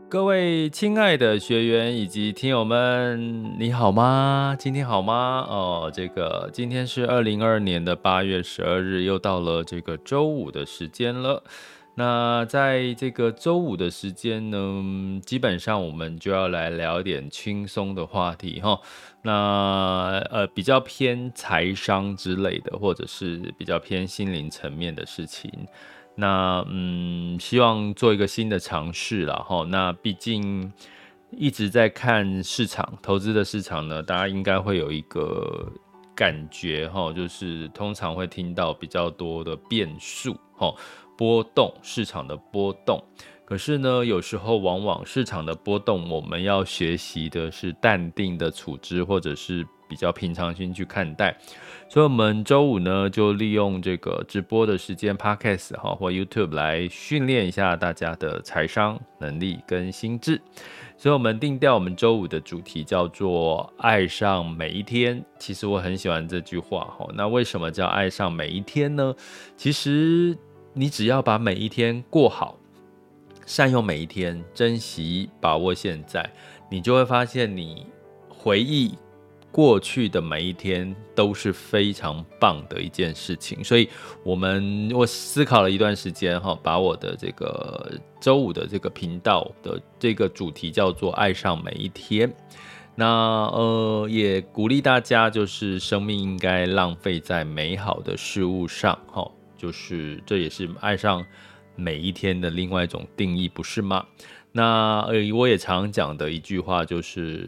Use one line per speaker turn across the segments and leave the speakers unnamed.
各位亲爱的学员以及听友们，你好吗？今天好吗？今天是2022年的8月12日，又到了这个周五的时间了。那在这个周五的时间呢，基本上我们就要来聊一点轻松的话题哈。那比较偏财商之类的，或者是比较偏心灵层面的事情。那希望做一个新的尝试啦齁。那毕竟一直在看市场，投资的市场呢，大家应该会有一个感觉齁，就是通常会听到比较多的变数齁，波动，市场的波动。可是呢，有时候往往市场的波动，我们要学习的是淡定的处置，或者是比较平常心去看待。所以我们周五呢，就利用这个直播的时间 Podcast 或 YouTube 来训练一下大家的财商能力跟心智。所以我们定调我们周五的主题叫做爱上每一天。其实我很喜欢这句话。那为什么叫爱上每一天呢？其实你只要把每一天过好，善用每一天，珍惜把握现在，你就会发现你回忆过去的每一天都是非常棒的一件事情。所以我思考了一段时间，把我的这个周五的这个频道的这个主题叫做爱上每一天。那也鼓励大家，就是生命应该浪费在美好的事物上，就是这也是爱上每一天的另外一种定义，不是吗？那我也常讲的一句话就是，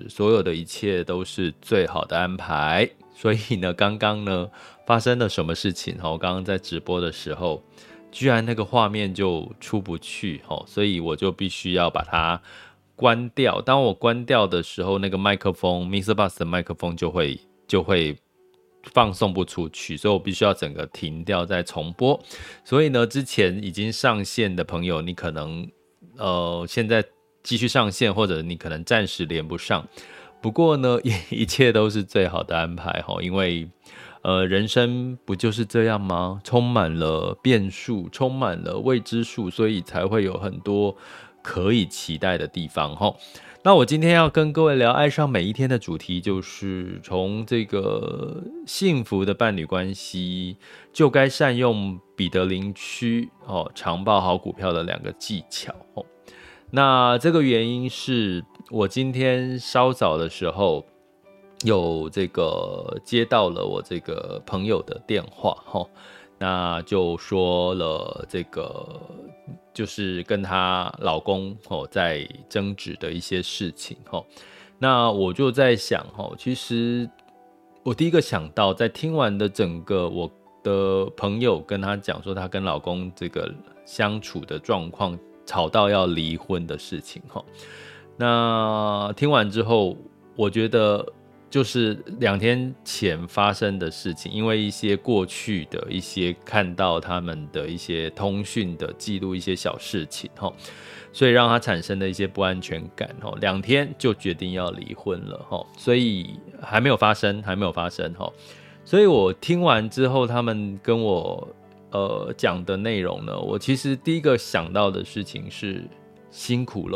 所有的一切都是最好的安排。所以呢，刚刚呢发生了什么事情？我刚刚在直播的时候，居然那个画面就出不去，所以我就必须要把它关掉。当我关掉的时候，那个麦克风 MixerBox 的麦克风就会放送不出去，所以我必须要整个停掉再重播。所以呢，之前已经上线的朋友，你可能现在继续上线，或者你可能暂时连不上。不过呢，一切都是最好的安排，因为人生不就是这样吗？充满了变数，充满了未知数，所以才会有很多可以期待的地方。那我今天要跟各位聊爱上每一天的主题，就是从这个幸福的伴侣关系就该善用彼得林区长报好股票的2个技巧。那这个原因是我今天稍早的时候有这个接到了我这个朋友的电话，那就说了这个就是跟她老公在争执的一些事情。那我就在想，其实我第一个想到，在听完的整个我的朋友跟她讲说她跟老公这个相处的状况，吵到要离婚的事情。那听完之后，我觉得就是2天前发生的事情，因为一些过去的一些看到他们的一些通讯的记录，一些小事情，所以让他产生了一些不安全感，2天就决定要离婚了，所以还没有发生。所以我听完之后，他们跟我讲的内容呢，我其实第一个想到的事情是辛苦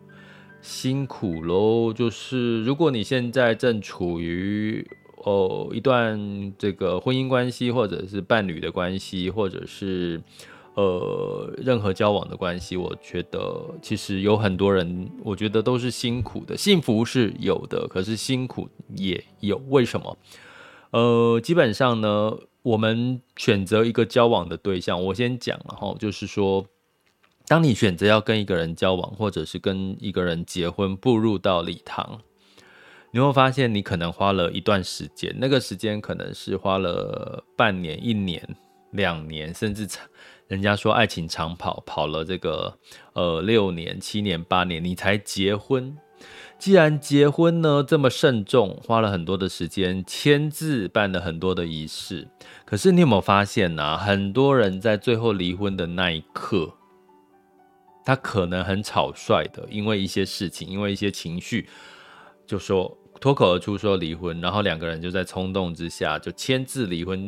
咯，就是如果你现在正处于一段这个婚姻关系，或者是伴侣的关系，或者是任何交往的关系，我觉得其实有很多人，我觉得都是辛苦的。幸福是有的，可是辛苦也有。为什么？基本上呢，我们选择一个交往的对象，我先讲了就是说，当你选择要跟一个人交往，或者是跟一个人结婚，步入到礼堂，你会发现你可能花了一段时间，那个时间可能是花了半年、1年、2年，甚至人家说爱情长跑，跑了这个6年、7年、8年，你才结婚。既然结婚呢这么慎重，花了很多的时间签字，办了很多的仪式，可是你有没有发现啊，很多人在最后离婚的那一刻，他可能很草率的，因为一些事情，因为一些情绪，就说脱口而出说离婚，然后2个人就在冲动之下就签字离婚，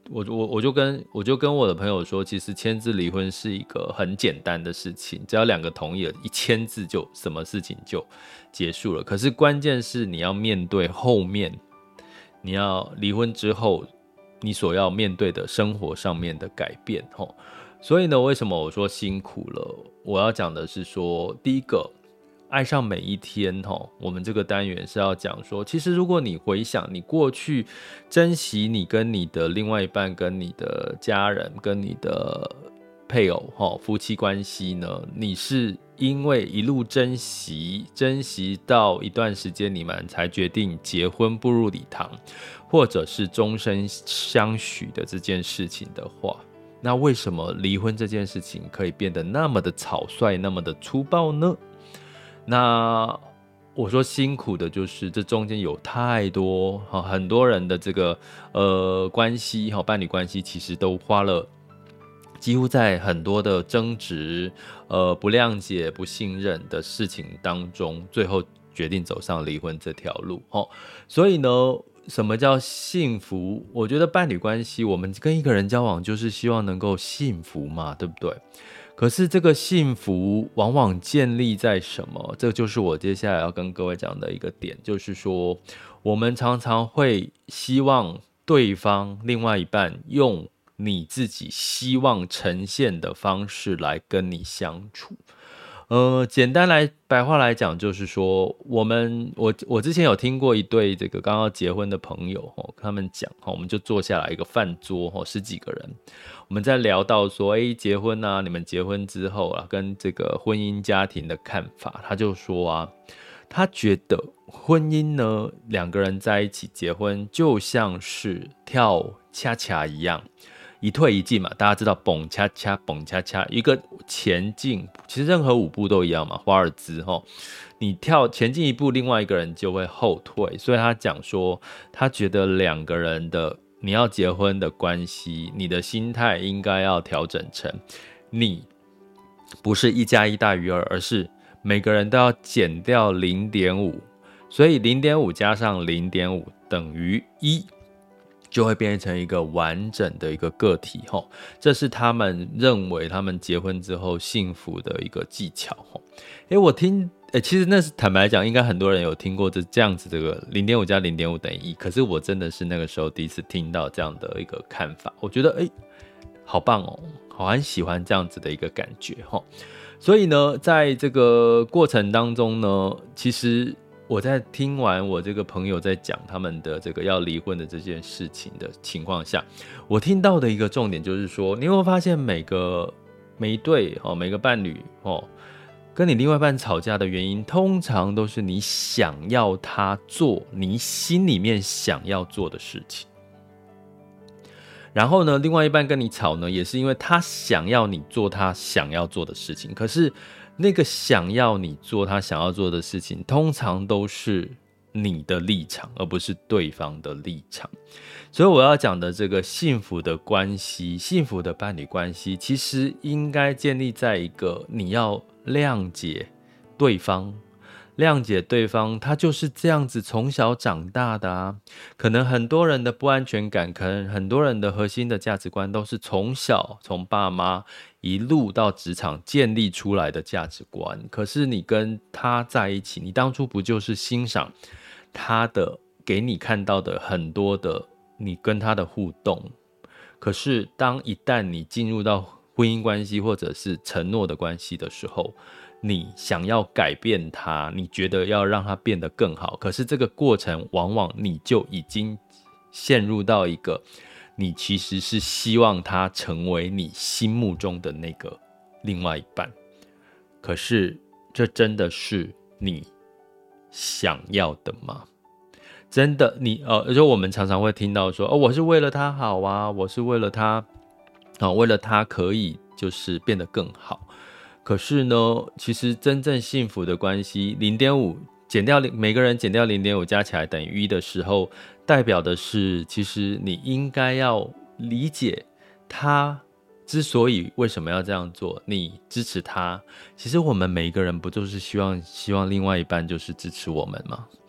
我就跟我的朋友说，其实签字离婚是一个很简单的事情，只要两个同意了，一签字就什么事情就结束了。可是关键是你要面对后面，你要离婚之后你所要面对的生活上面的改变。所以呢，为什么我说辛苦了？我要讲的是说，第一个，爱上每一天，我们这个单元是要讲说，其实如果你回想你过去，珍惜你跟你的另外一半、跟你的家人、跟你的配偶，夫妻关系呢，你是因为一路珍惜到一段时间，你们才决定结婚步入礼堂，或者是终身相许的这件事情的话，那为什么离婚这件事情可以变得那么的草率，那么的粗暴呢？那我说辛苦的就是这中间有太多很多人的这个关系伴侣关系，其实都花了几乎在很多的争执、不谅解、不信任的事情当中，最后决定走上离婚这条路。所以呢，什么叫幸福？我觉得伴侣关系，我们跟一个人交往就是希望能够幸福嘛，对不对？可是这个幸福往往建立在什么？这就是我接下来要跟各位讲的一个点，就是说我们常常会希望对方另外一半用你自己希望呈现的方式来跟你相处。简单来白话来讲，就是说我之前有听过一对这个刚刚结婚的朋友他们讲我们就坐下来一个饭桌十几个人，我们在聊到说结婚啊，你们结婚之后啊，跟这个婚姻家庭的看法，他就说啊，他觉得婚姻呢，两个人在一起结婚就像是跳恰恰一样，一退一进嘛，大家知道蹦恰恰蹦恰恰，一个前进，其实任何舞步都一样嘛，华尔兹你跳前进一步，另外一个人就会后退，所以他讲说，他觉得两个人的你要结婚的关系，你的心态应该要调整成，你不是1+1大于2，而是每个人都要减掉 0.5， 所以 0.5 加上 0.5 等于1，就会变成一个完整的一个个体，这是他们认为他们结婚之后幸福的一个技巧。我听其实那是坦白讲，应该很多人有听过这样子，这个 0.5 加 0.5 等于1，可是我真的是那个时候第一次听到这样的一个看法，我觉得好棒哦，好很喜欢这样子的一个感觉。所以呢，在这个过程当中呢，其实我在听完我这个朋友在讲他们的这个要离婚的这件事情的情况下，我听到的一个重点就是说，你会发现每一对每个伴侣跟你另外一半吵架的原因，通常都是你想要他做你心里面想要做的事情。然后呢，另外一半跟你吵呢，也是因为他想要你做他想要做的事情。可是那个想要你做他想要做的事情，通常都是你的立场，而不是对方的立场。所以我要讲的这个幸福的关系，幸福的伴侣关系，其实应该建立在一个你要谅解对方，谅解对方，他就是这样子从小长大的啊。可能很多人的不安全感，可能很多人的核心的价值观，都是从小从爸妈一路到职场建立出来的价值观。可是你跟他在一起，你当初不就是欣赏他的给你看到的很多的你跟他的互动？可是一旦你进入到婚姻关系或者是承诺的关系的时候，你想要改变他，你觉得要让他变得更好，可是这个过程往往你就已经陷入到一个你其实是希望他成为你心目中的那个另外一半，可是这真的是你想要的吗？真的就我们常常会听到说我是为了他好啊，我是为了他为了他可以就是变得更好。可是呢，其实真正幸福的关系 0.5 减掉每个人减掉 0.5 加起来等于1的时候，代表的是其实你应该要理解他之所以为什么要这样做，你支持他。其实我们每一个人不就是希望另外一半就是支持我们吗？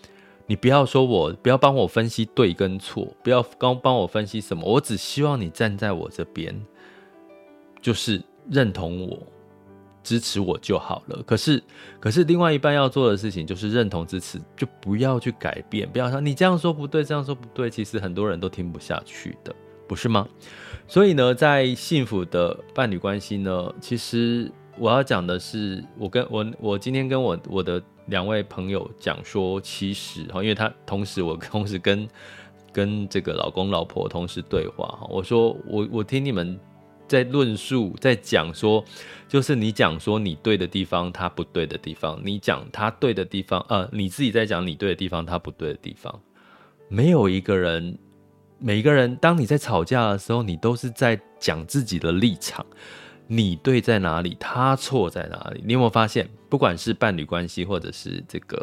你不要说不要帮我分析对跟错，不要帮我分析什么，我只希望你站在我这边，就是认同我，支持我就好了。可是另外一半要做的事情就是认同支持，就不要去改变，不要说你这样说不对，这样说不对，其实很多人都听不下去的，不是吗？所以呢，在幸福的伴侣关系呢，其实我要讲的是，我今天跟我的2位朋友讲说，其实因为我同时跟这个老公老婆同时对话，我说我听你们在论述，在讲说，就是你讲说你对的地方，他不对的地方；你讲他对的地方，你自己在讲你对的地方，他不对的地方。没有一个人，每一个人，当你在吵架的时候，你都是在讲自己的立场，你对在哪里，他错在哪里。你有没有发现，不管是伴侣关系，或者是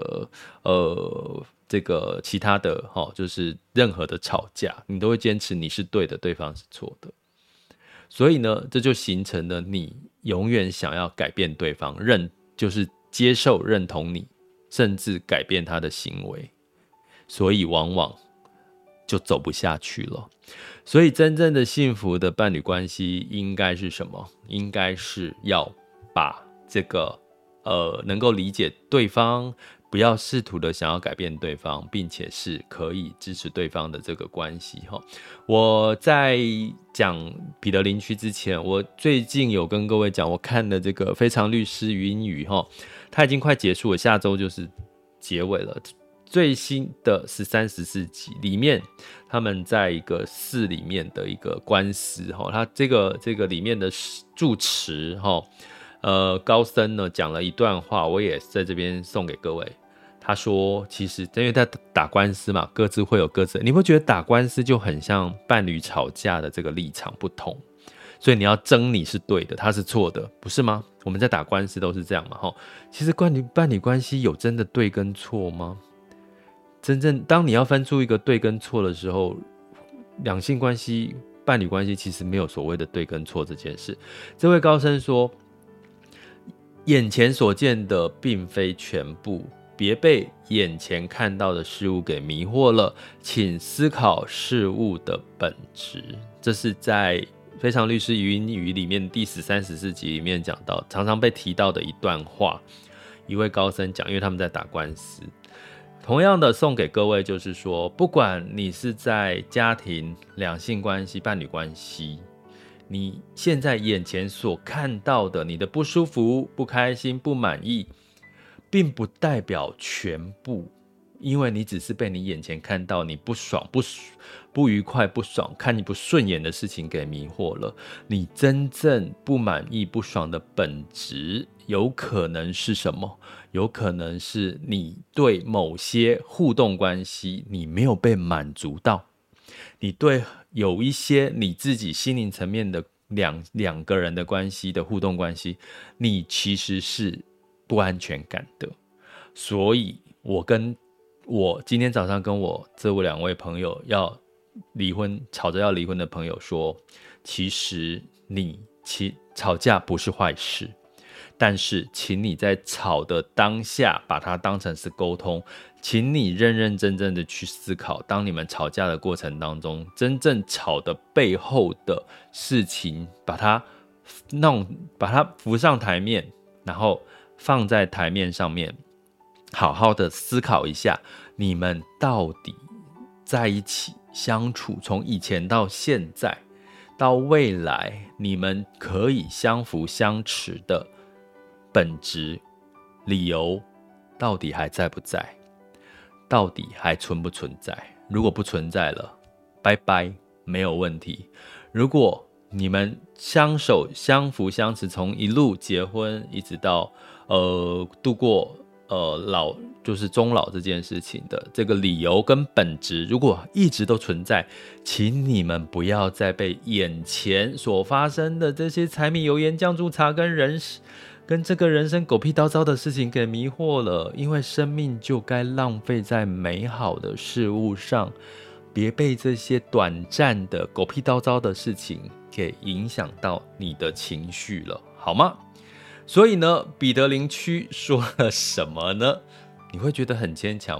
这个其他的就是任何的吵架，你都会坚持你是对的，对方是错的。所以呢，这就形成了你永远想要改变对方，就是接受、认同你，甚至改变他的行为，所以往往就走不下去了。所以真正的幸福的伴侣关系应该是什么？应该是要把这个能够理解对方，不要试图的想要改变对方，并且是可以支持对方的这个关系。我在讲彼得林区之前，我最近有跟各位讲，我看的这个《非常律师禹英语》它已经快结束了，下周就是结尾了。最新的13、14集里面，他们在一个寺里面的一个官司，他这个里面的住持高僧呢讲了一段话，我也在这边送给各位。他说，其实因为在打官司嘛，各自会有各自的，你会觉得打官司就很像伴侣吵架的这个立场不同，所以你要争你是对的，他是错的，不是吗？我们在打官司都是这样嘛。其实伴侣关系有真的对跟错吗？真正当你要分出一个对跟错的时候，两性关系、伴侣关系其实没有所谓的对跟错这件事。这位高僧说，眼前所见的并非全部，别被眼前看到的事物给迷惑了，请思考事物的本质。这是在《非常律师禹英语》里面第13、14集里面讲到，常常被提到的一段话。一位高僧讲，因为他们在打官司。同样的送给各位，就是说，不管你是在家庭、两性关系、伴侣关系，你现在眼前所看到的，你的不舒服、不开心、不满意，并不代表全部，因为你只是被你眼前看到你不爽、不愉快、不爽、看你不顺眼的事情给迷惑了。你真正不满意、不爽的本质，有可能是什么？有可能是你对某些互动关系你没有被满足到，你对有一些你自己心灵层面的两个人的关系的互动关系，你其实是不安全感的。所以我今天早上跟我这2位朋友要离婚，吵着要离婚的朋友说，其实吵架不是坏事，但是请你在吵的当下把它当成是沟通，请你认认真真的去思考，当你们吵架的过程当中，真正吵的背后的事情，把它浮上台面，然后放在台面上面，好好的思考一下，你们到底在一起相处，从以前到现在到未来，你们可以相扶相持的本质理由到底还在不在？到底还存不存在？如果不存在了，拜拜，没有问题。如果你们相守相扶相持，从一路结婚一直到度过就是终老这件事情的这个理由跟本质，如果一直都存在，请你们不要再被眼前所发生的这些柴米油盐酱醋茶跟这个人生狗屁叨叨的事情给迷惑了，因为生命就该浪费在美好的事物上，别被这些短暂的狗屁叨叨的事情给影响到你的情绪了，好吗？所以呢，彼得林区说了什么呢？你会觉得很牵强吗？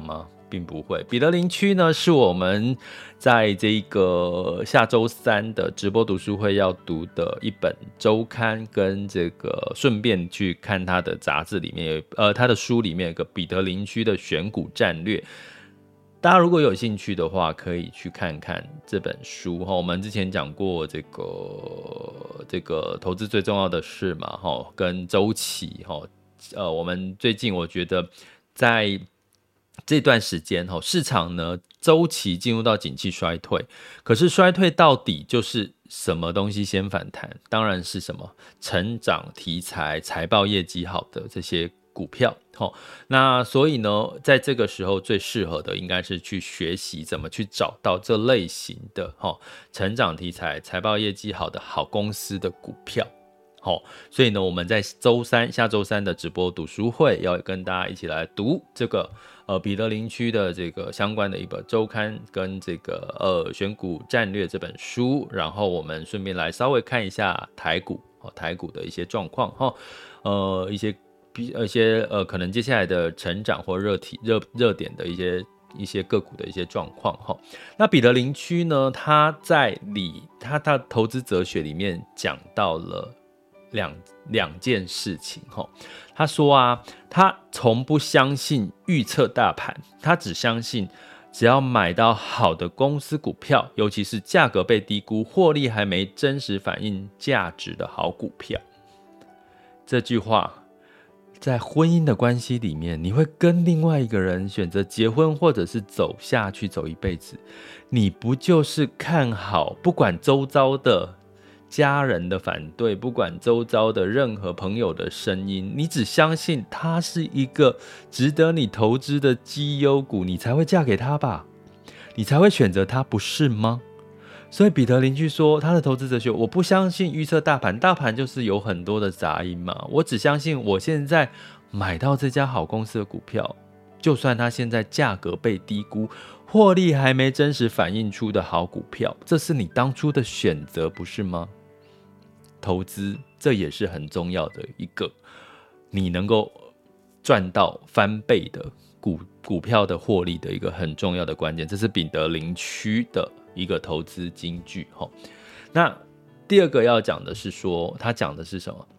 并不会。彼得林区呢，是我们在这个下周三的直播读书会要读的一本周刊，跟这个顺便去看他的杂志里面他的书里面有个彼得林区的选股战略。大家如果有兴趣的话，可以去看看这本书。我们之前讲过这个投资最重要的事嘛，跟周期。我们最近我觉得在这段时间市场呢周期进入到景气衰退，可是衰退到底就是什么东西先反弹？当然是什么成长题材、财报业绩好的这些股票。那所以呢，在这个时候最适合的应该是去学习怎么去找到这类型的成长题材、财报业绩好的好公司的股票。所以呢，我们在下周三的直播读书会要跟大家一起来读这个彼得林区的这个相关的一本周刊跟这个选股战略这本书，然后我们顺便来稍微看一下台股的一些状况一些可能接下来的成长或热点的一些个股的一些状况那彼得林区呢，他的投资哲学里面讲到了两件事情他说啊，他从不相信预测大盘，他只相信只要买到好的公司股票，尤其是价格被低估、获利还没真实反映价值的好股票。这句话在婚姻的关系里面，你会跟另外一个人选择结婚，或者是走下去走一辈子，你不就是看好不管周遭的家人的反对，不管周遭的任何朋友的声音，你只相信它是一个值得你投资的绩优股，你才会嫁给他吧，你才会选择他，不是吗？所以彼得林区说他的投资哲学，我不相信预测大盘，大盘就是有很多的杂音嘛，我只相信我现在买到这家好公司的股票，就算它现在价格被低估，获利还没真实反映出的好股票，这是你当初的选择，不是吗？投资这也是很重要的一个你能够赚到翻倍的股票的获利的一个很重要的关键，这是彼得林区的一个投资金句。那第二个要讲的是说，他讲的是什么？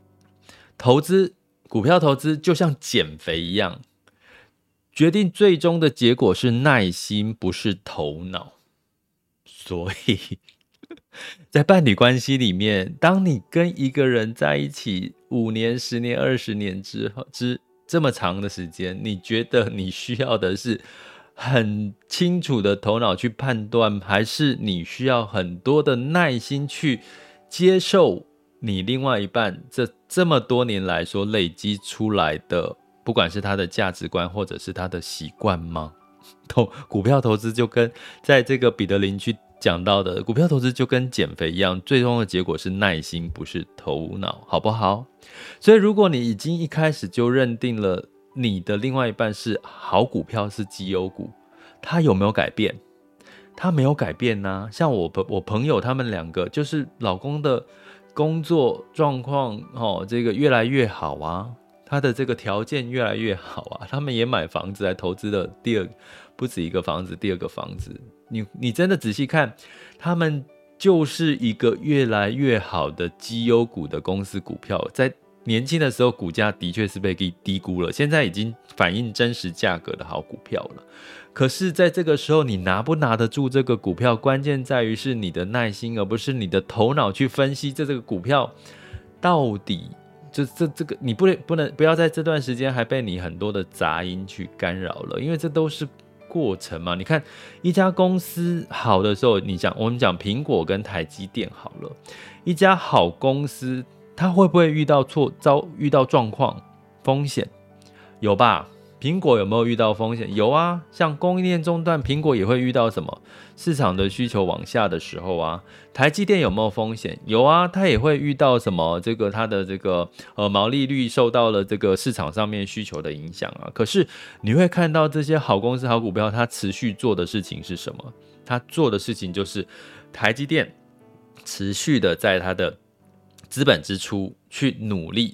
股票投资就像减肥一样，决定最终的结果是耐心，不是头脑。所以在伴侣关系里面，当你跟一个人在一起5年、10年、20年这么长的时间，你觉得你需要的是很清楚的头脑去判断，还是你需要很多的耐心去接受你另外一半这么多年来所累积出来的，不管是他的价值观或者是他的习惯吗？股票投资就跟在这个彼得林区讲到的，股票投资就跟减肥一样，最终的结果是耐心，不是头脑，好不好？所以如果你已经一开始就认定了你的另外一半是好股票，是绩优股，他有没有改变？他没有改变啊。像我朋友他们两个，就是老公的工作状况这个越来越好啊，他的这个条件越来越好啊，他们也买房子来投资了不止一个房子，第二个房子，你真的仔细看，他们就是一个越来越好的绩优股的公司股票，在年轻的时候股价的确是被低估了，现在已经反映真实价格的好股票了。可是在这个时候你拿不拿得住这个股票，关键在于是你的耐心，而不是你的头脑去分析这个股票到底这个你不要在这段时间还被你很多的杂音去干扰了，因为这都是过程嘛。你看一家公司好的时候，我们讲苹果跟台积电好了，一家好公司它会不会遇到状况风险？有吧？苹果有没有遇到风险？有啊，像供应链中断，苹果也会遇到什么市场的需求往下的时候啊。台积电有没有风险？有啊，它也会遇到什么它的毛利率受到了这个市场上面需求的影响啊。可是你会看到这些好公司好股票，它持续做的事情是什么？它做的事情就是台积电持续的在它的资本支出去努力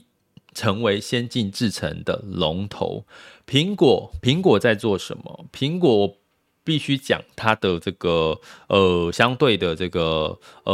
成为先进制程的龙头。苹果在做什么？苹果必须讲它的这个相对的这个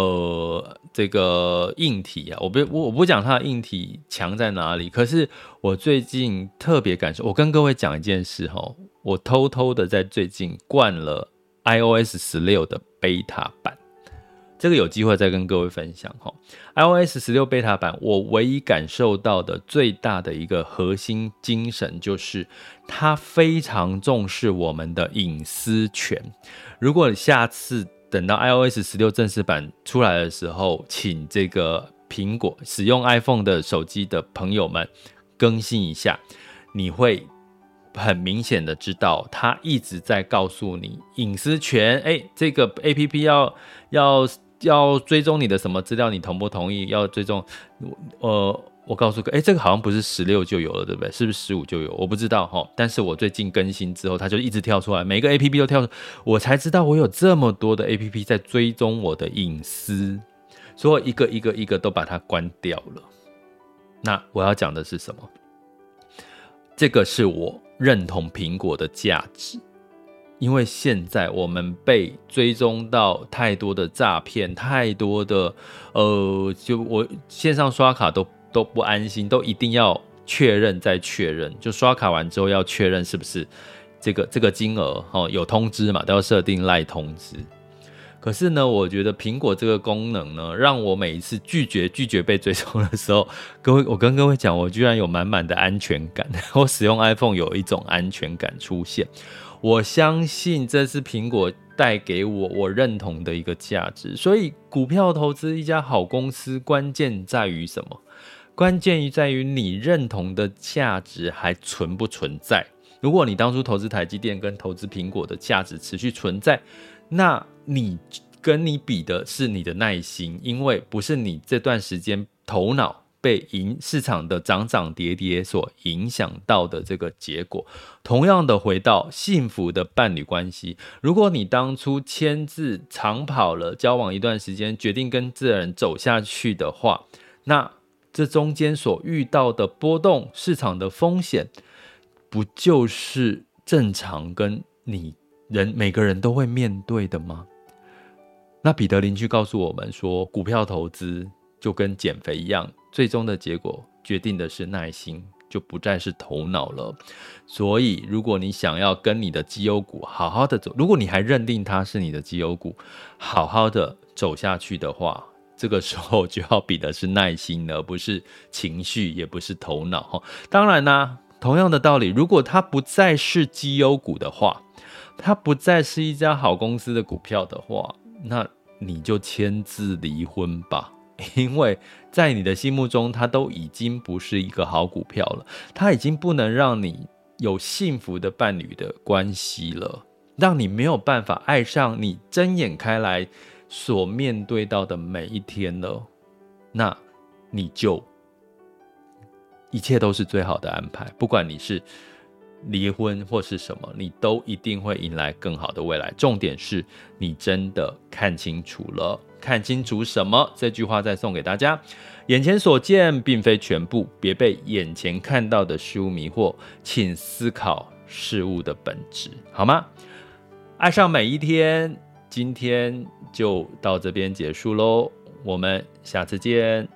硬体啊，我不讲它的硬体强在哪里，可是我最近特别感受，我跟各位讲一件事哈，我偷偷的在最近灌了 iOS 16的 beta 版。这个有机会再跟各位分享哈。iOS 16 beta 版，我唯一感受到的最大的一个核心精神就是，它非常重视我们的隐私权。如果下次等到 iOS 16正式版出来的时候，请这个苹果使用 iPhone 的手机的朋友们更新一下，你会很明显的知道，它一直在告诉你隐私权。这个 APP 要追踪你的什么资料，你同不同意？要追踪，我告诉这个好像不是16就有了，对不对？是不是15就有？我不知道齁。但是我最近更新之后，它就一直跳出来，每个 APP 都跳出来，我才知道我有这么多的 APP 在追踪我的隐私，所以我一个都把它关掉了。那我要讲的是什么？这个是我认同苹果的价值。因为现在我们被追踪到太多的诈骗，太多的就我线上刷卡都不安心，都一定要确认再确认，就刷卡完之后要确认是不是这个金额有通知嘛，都要设定赖通知。可是呢，我觉得苹果这个功能呢，让我每一次拒绝被追踪的时候，我跟各位讲，我居然有满满的安全感。我使用 iPhone 有一种安全感出现。我相信这是苹果带给我认同的一个价值。所以股票投资一家好公司，关键在于什么？关键在于你认同的价值还存不存在。如果你当初投资台积电跟投资苹果的价值持续存在，那你跟你比的是你的耐心，因为不是你这段时间头脑被市场的涨跌所影响到的这个结果。同样的，回到幸福的伴侣关系，如果你当初签字长跑了，交往一段时间，决定跟这人走下去的话，那这中间所遇到的波动、市场的风险，不就是正常跟每个人都会面对的吗？那彼得林区告诉我们说，股票投资就跟减肥一样，最终的结果决定的是耐心，就不再是头脑了。所以如果你想要跟你的绩优股好好的走，如果你还认定它是你的绩优股，好好的走下去的话，这个时候就要比的是耐心了，而不是情绪，也不是头脑。当然啦，同样的道理，如果它不再是绩优股的话，它不再是一家好公司的股票的话，那你就签字离婚吧。因为在你的心目中，它都已经不是一个好股票了，它已经不能让你有幸福的伴侣的关系了，让你没有办法爱上你睁眼开来所面对到的每一天了。那你就一切都是最好的安排，不管你是离婚或是什么，你都一定会迎来更好的未来。重点是你真的看清楚了，看清楚什么？这句话再送给大家：眼前所见并非全部，别被眼前看到的事物迷惑，请思考事物的本质，好吗？爱上每一天，今天就到这边结束咯，我们下次见。